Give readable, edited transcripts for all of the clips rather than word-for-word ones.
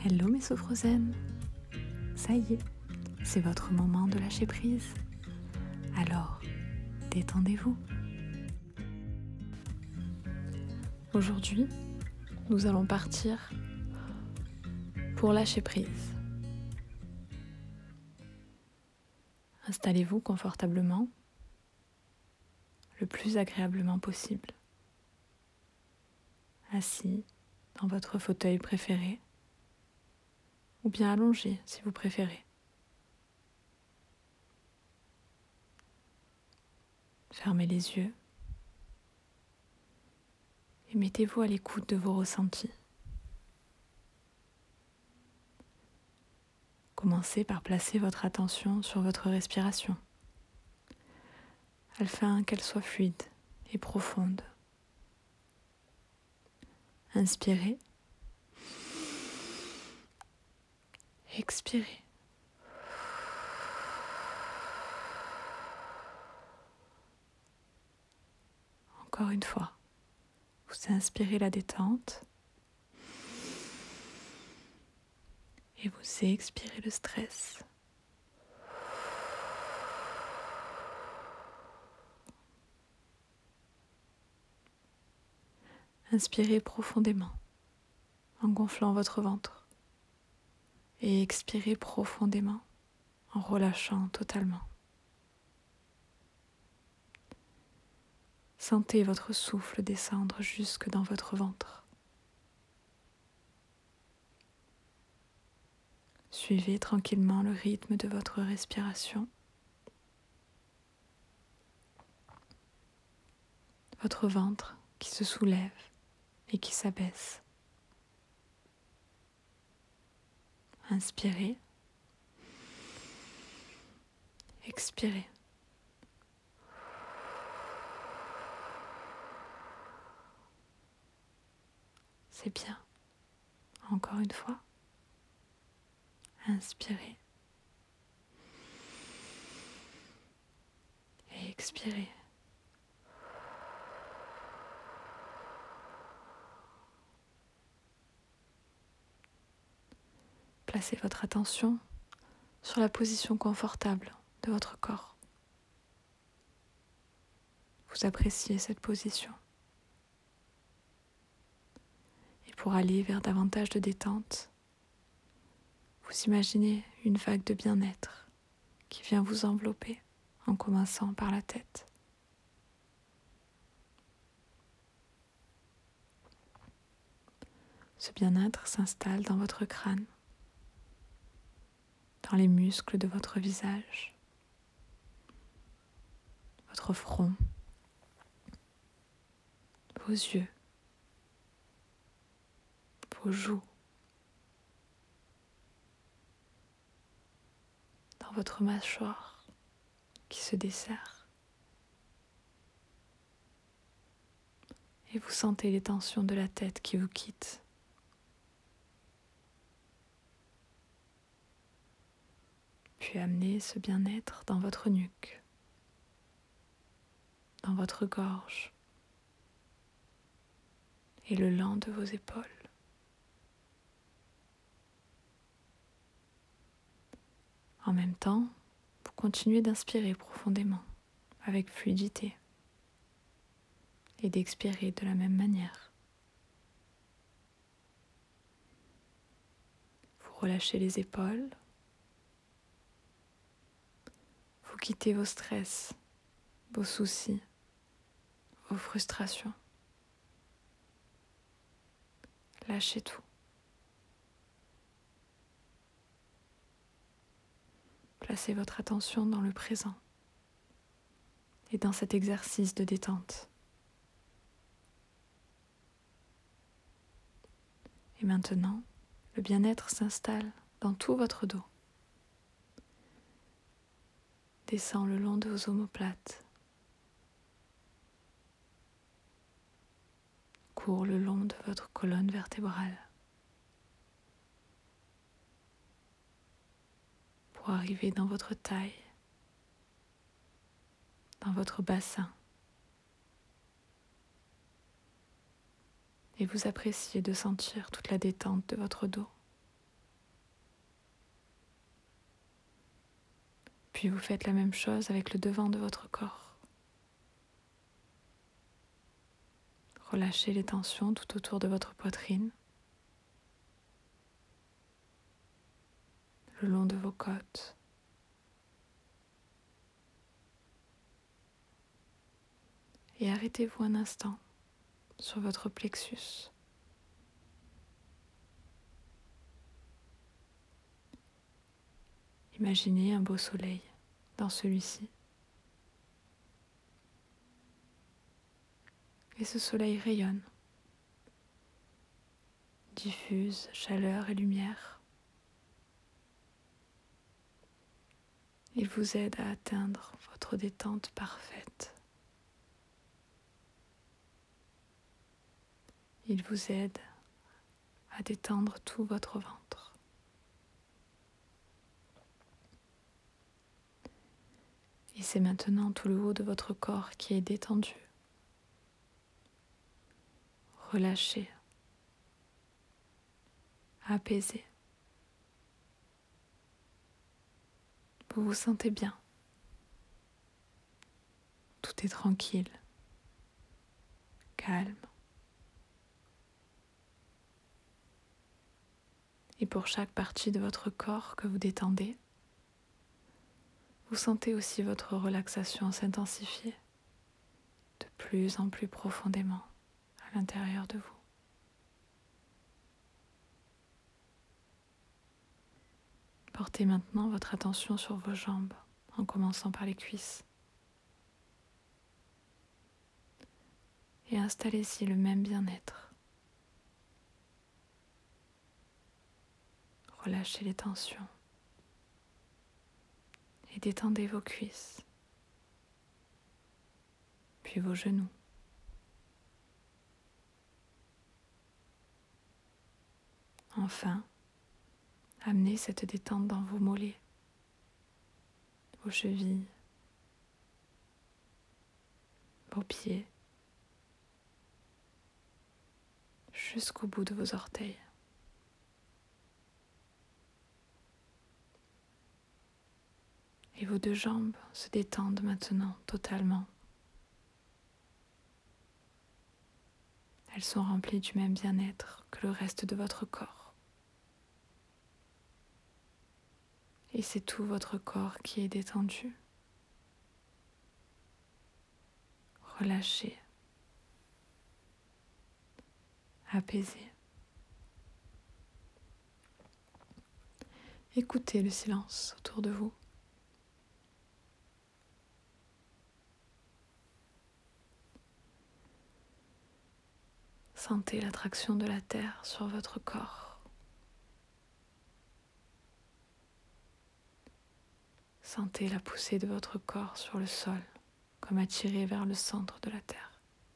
Hello mes sophrosaines, ça y est, c'est votre moment de lâcher prise. Alors, détendez-vous. Aujourd'hui, nous allons partir pour lâcher prise. Installez-vous confortablement, le plus agréablement possible. Assis dans votre fauteuil préféré, ou bien allongé si vous préférez. Fermez les yeux et mettez-vous à l'écoute de vos ressentis. Commencez par placer votre attention sur votre respiration, afin qu'elle soit fluide et profonde. Inspirez, expirez. Encore une fois, vous inspirez la détente et vous expirez le stress. Inspirez profondément en gonflant votre ventre et expirez profondément en relâchant totalement. Sentez votre souffle descendre jusque dans votre ventre. Suivez tranquillement le rythme de votre respiration. Votre ventre qui se soulève et qui s'abaisse. Inspirez. Expirez. C'est bien. Encore une fois. Inspirez. Et expirez. Placez votre attention sur la position confortable de votre corps. Vous appréciez cette position. Et pour aller vers davantage de détente, vous imaginez une vague de bien-être qui vient vous envelopper en commençant par la tête. Ce bien-être s'installe dans votre crâne, dans les muscles de votre visage, votre front, vos yeux, vos joues, dans votre mâchoire qui se desserre. Et vous sentez les tensions de la tête qui vous quittent. Puis amenez ce bien-être dans votre nuque, dans votre gorge et le long de vos épaules. En même temps, vous continuez d'inspirer profondément, avec fluidité, et d'expirer de la même manière. Vous relâchez les épaules, vous quittez vos stress, vos soucis, vos frustrations. Lâchez tout. Placez votre attention dans le présent et dans cet exercice de détente. Et maintenant, le bien-être s'installe dans tout votre dos. Descend le long de vos omoplates. Court le long de votre colonne vertébrale. Pour arriver dans votre taille, dans votre bassin. Et vous appréciez de sentir toute la détente de votre dos Puis vous faites la même chose avec le devant de votre corps. Relâchez les tensions tout autour de votre poitrine, le long de vos côtes. Et arrêtez-vous un instant sur votre plexus. Imaginez un beau soleil dans celui-ci. Et ce soleil rayonne, diffuse chaleur et lumière. Il vous aide à atteindre votre détente parfaite. Il vous aide à détendre tout votre ventre. Et c'est maintenant tout le haut de votre corps qui est détendu. Relâché, apaisé. Vous vous sentez bien. Tout est tranquille, calme. Et pour chaque partie de votre corps que vous détendez, vous sentez aussi votre relaxation s'intensifier de plus en plus profondément à l'intérieur de vous. Portez maintenant votre attention sur vos jambes, en commençant par les cuisses. Et installez-y le même bien-être. Relâchez les tensions et détendez vos cuisses, puis vos genoux. Enfin, amenez cette détente dans vos mollets, vos chevilles, vos pieds, jusqu'au bout de vos orteils. Et vos deux jambes se détendent maintenant totalement. Elles sont remplies du même bien-être que le reste de votre corps. Et c'est tout votre corps qui est détendu, relâché, apaisé. Écoutez le silence autour de vous. Sentez l'attraction de la terre sur votre corps. Sentez la poussée de votre corps sur le sol, comme attiré vers le centre de la terre.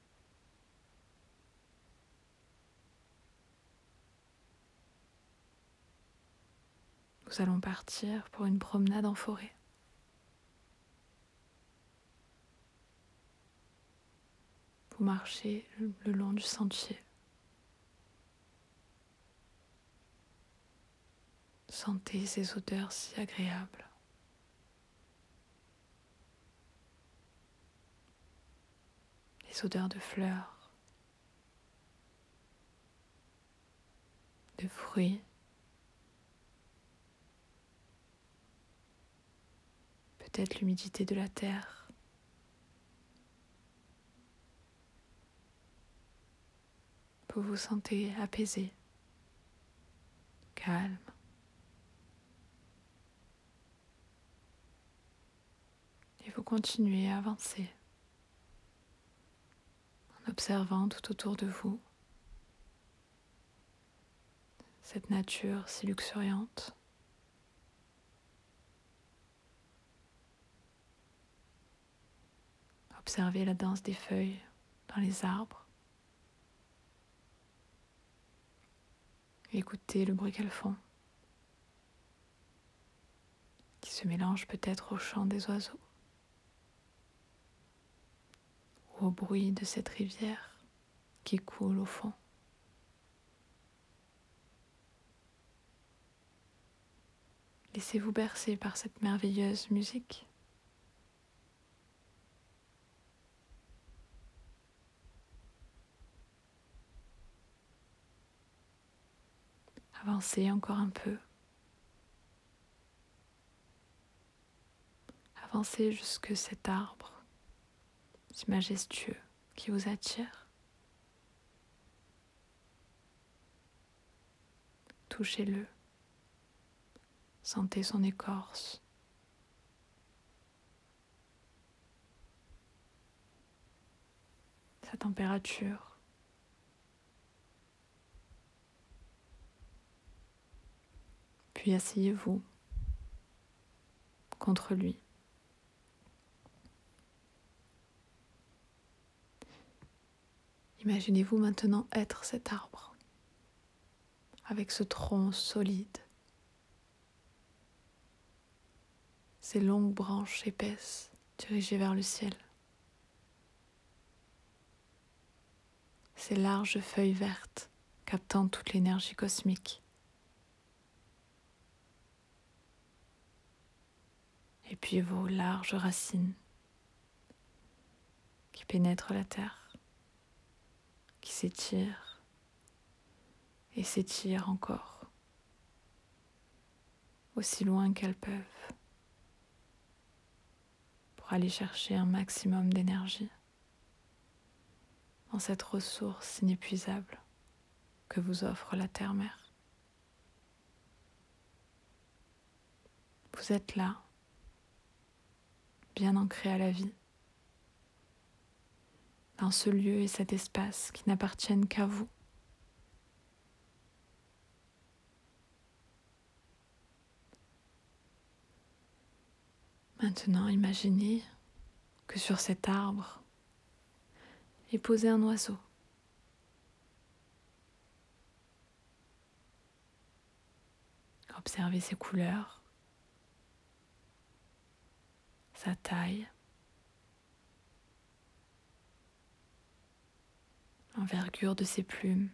Nous allons partir pour une promenade en forêt. Vous marchez le long du sentier. Sentez ces odeurs si agréables. Les odeurs de fleurs, de fruits, peut-être l'humidité de la terre. Vous vous sentez apaisé, calme. Et vous continuez à avancer en observant tout autour de vous cette nature si luxuriante. Observez la danse des feuilles dans les arbres. Écoutez le bruit qu'elles font, qui se mélange peut-être au chant des oiseaux ou au bruit de cette rivière qui coule au fond. Laissez-vous bercer par cette merveilleuse musique. Avancez encore un peu. Avancez jusque cet arbre, si majestueux, qui vous attire. Touchez-le. Sentez son écorce. Sa température. Puis asseyez-vous contre lui. Imaginez-vous maintenant être cet arbre, avec ce tronc solide, ces longues branches épaisses dirigées vers le ciel, ces larges feuilles vertes captant toute l'énergie cosmique. Et puis vos larges racines qui pénètrent la terre, qui s'étirent et s'étirent encore, aussi loin qu'elles peuvent, pour aller chercher un maximum d'énergie dans cette ressource inépuisable que vous offre la terre-mère. Vous êtes là, bien ancré à la vie, dans ce lieu et cet espace qui n'appartiennent qu'à vous. Maintenant, imaginez que sur cet arbre est posé un oiseau. Observez ses couleurs, sa taille, l'envergure de ses plumes,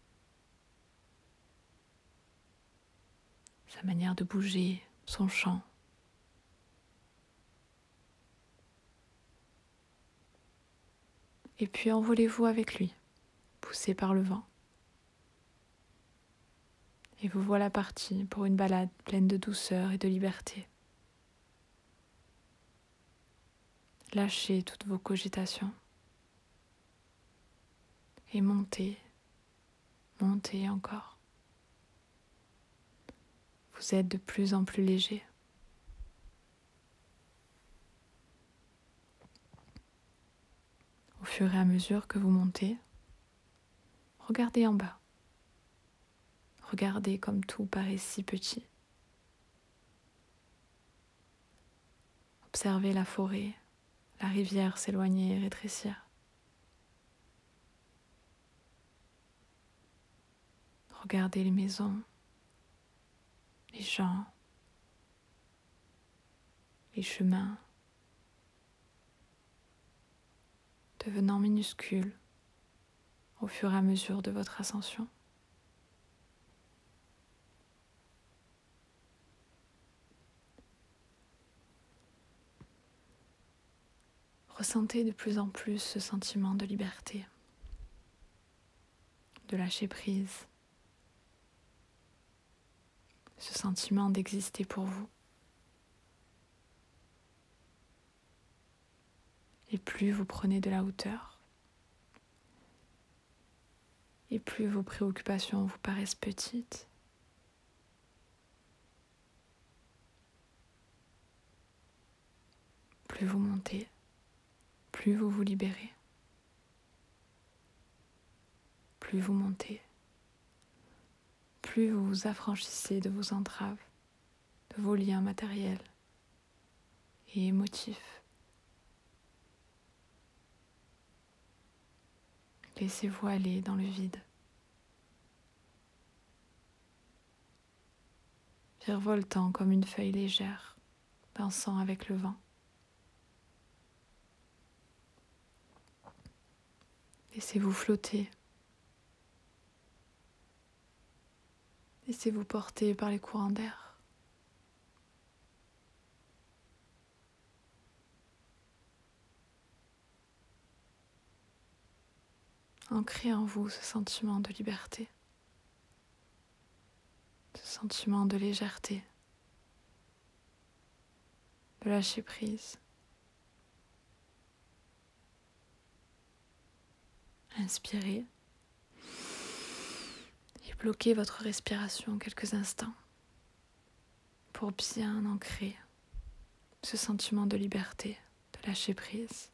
sa manière de bouger, son chant. Et puis envolez-vous avec lui, poussé par le vent. Et vous voilà parti pour une balade pleine de douceur et de liberté. Lâchez toutes vos cogitations et montez, montez encore. Vous êtes de plus en plus léger. Au fur et à mesure que vous montez, regardez en bas. Regardez comme tout paraît si petit. Observez la forêt, la rivière s'éloigner et rétrécir. Regardez les maisons, les gens, les chemins, devenant minuscules au fur et à mesure de votre ascension. Ressentez de plus en plus ce sentiment de liberté, de lâcher prise, ce sentiment d'exister pour vous. Et plus vous prenez de la hauteur, et plus vos préoccupations vous paraissent petites. Plus vous montez, plus vous vous libérez. Plus vous montez, plus vous vous affranchissez de vos entraves, de vos liens matériels et émotifs. Laissez-vous aller dans le vide. Virevoltant comme une feuille légère, dansant avec le vent. Laissez-vous flotter. Laissez-vous porter par les courants d'air. ancrez en vous ce sentiment de liberté, ce sentiment de légèreté, de lâcher prise. Inspirez et bloquez votre respiration quelques instants pour bien ancrer ce sentiment de liberté, de lâcher prise.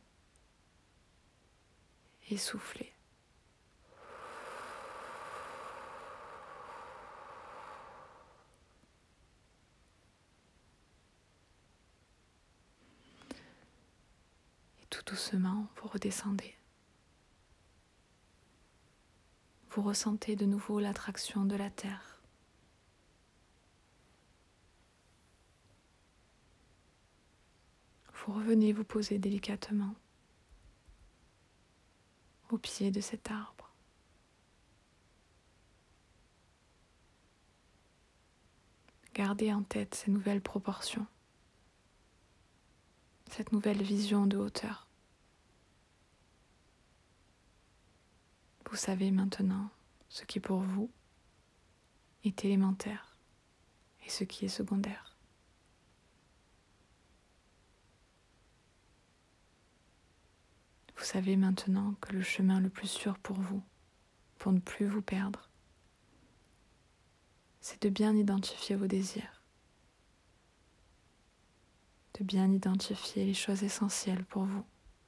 Et soufflez. Et tout doucement, vous redescendez. Vous ressentez de nouveau l'attraction de la terre. Vous revenez vous poser délicatement au pied de cet arbre. Gardez en tête ces nouvelles proportions, cette nouvelle vision de hauteur. Vous savez maintenant ce qui pour vous est élémentaire et ce qui est secondaire. Vous savez maintenant que le chemin le plus sûr pour vous, pour ne plus vous perdre, c'est de bien identifier vos désirs, de bien identifier les choses essentielles pour vous.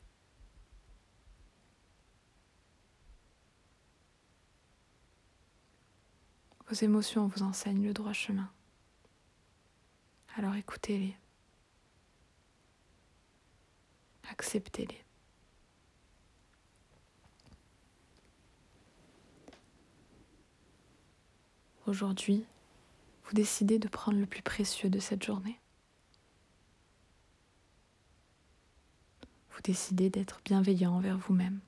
Vos émotions vous enseignent le droit chemin. Alors écoutez-les, acceptez-les. Aujourd'hui, vous décidez de prendre le plus précieux de cette journée. Vous décidez d'être bienveillant envers vous-même.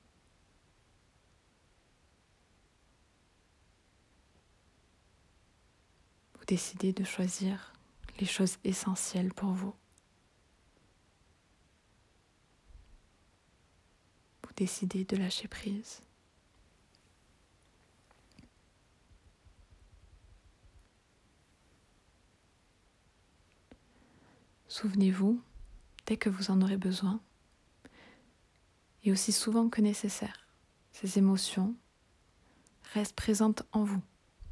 Vous décidez de choisir les choses essentielles pour vous. Vous décidez de lâcher prise. Souvenez-vous, dès que vous en aurez besoin, et aussi souvent que nécessaire, ces émotions restent présentes en vous.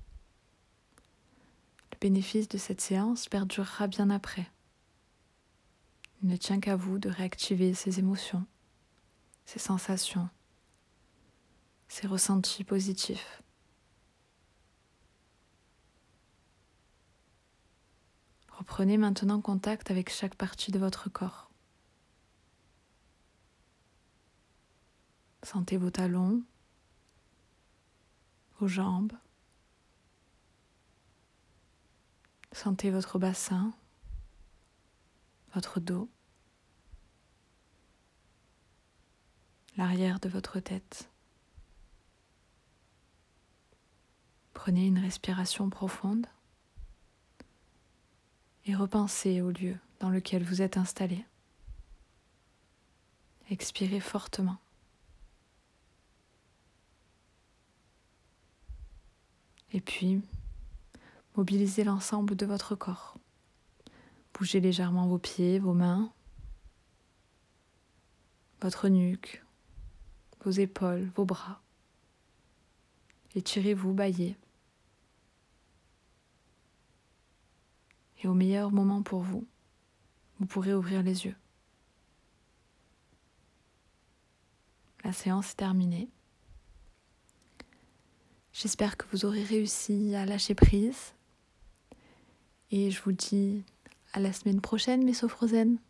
Le bénéfice de cette séance perdurera bien après. Il ne tient qu'à vous de réactiver ces émotions, ces sensations, ces ressentis positifs. Reprenez maintenant contact avec chaque partie de votre corps. Sentez vos talons, vos jambes. Sentez votre bassin, votre dos, l'arrière de votre tête. Prenez une respiration profonde et repensez au lieu dans lequel vous êtes installé. Expirez fortement. Et puis, mobilisez l'ensemble de votre corps. Bougez légèrement vos pieds, vos mains, votre nuque, vos épaules, vos bras. Étirez-vous, bâillez. Et au meilleur moment pour vous, vous pourrez ouvrir les yeux. La séance est terminée. J'espère que vous aurez réussi à lâcher prise. Et je vous dis à la semaine prochaine, mes sophrozennes.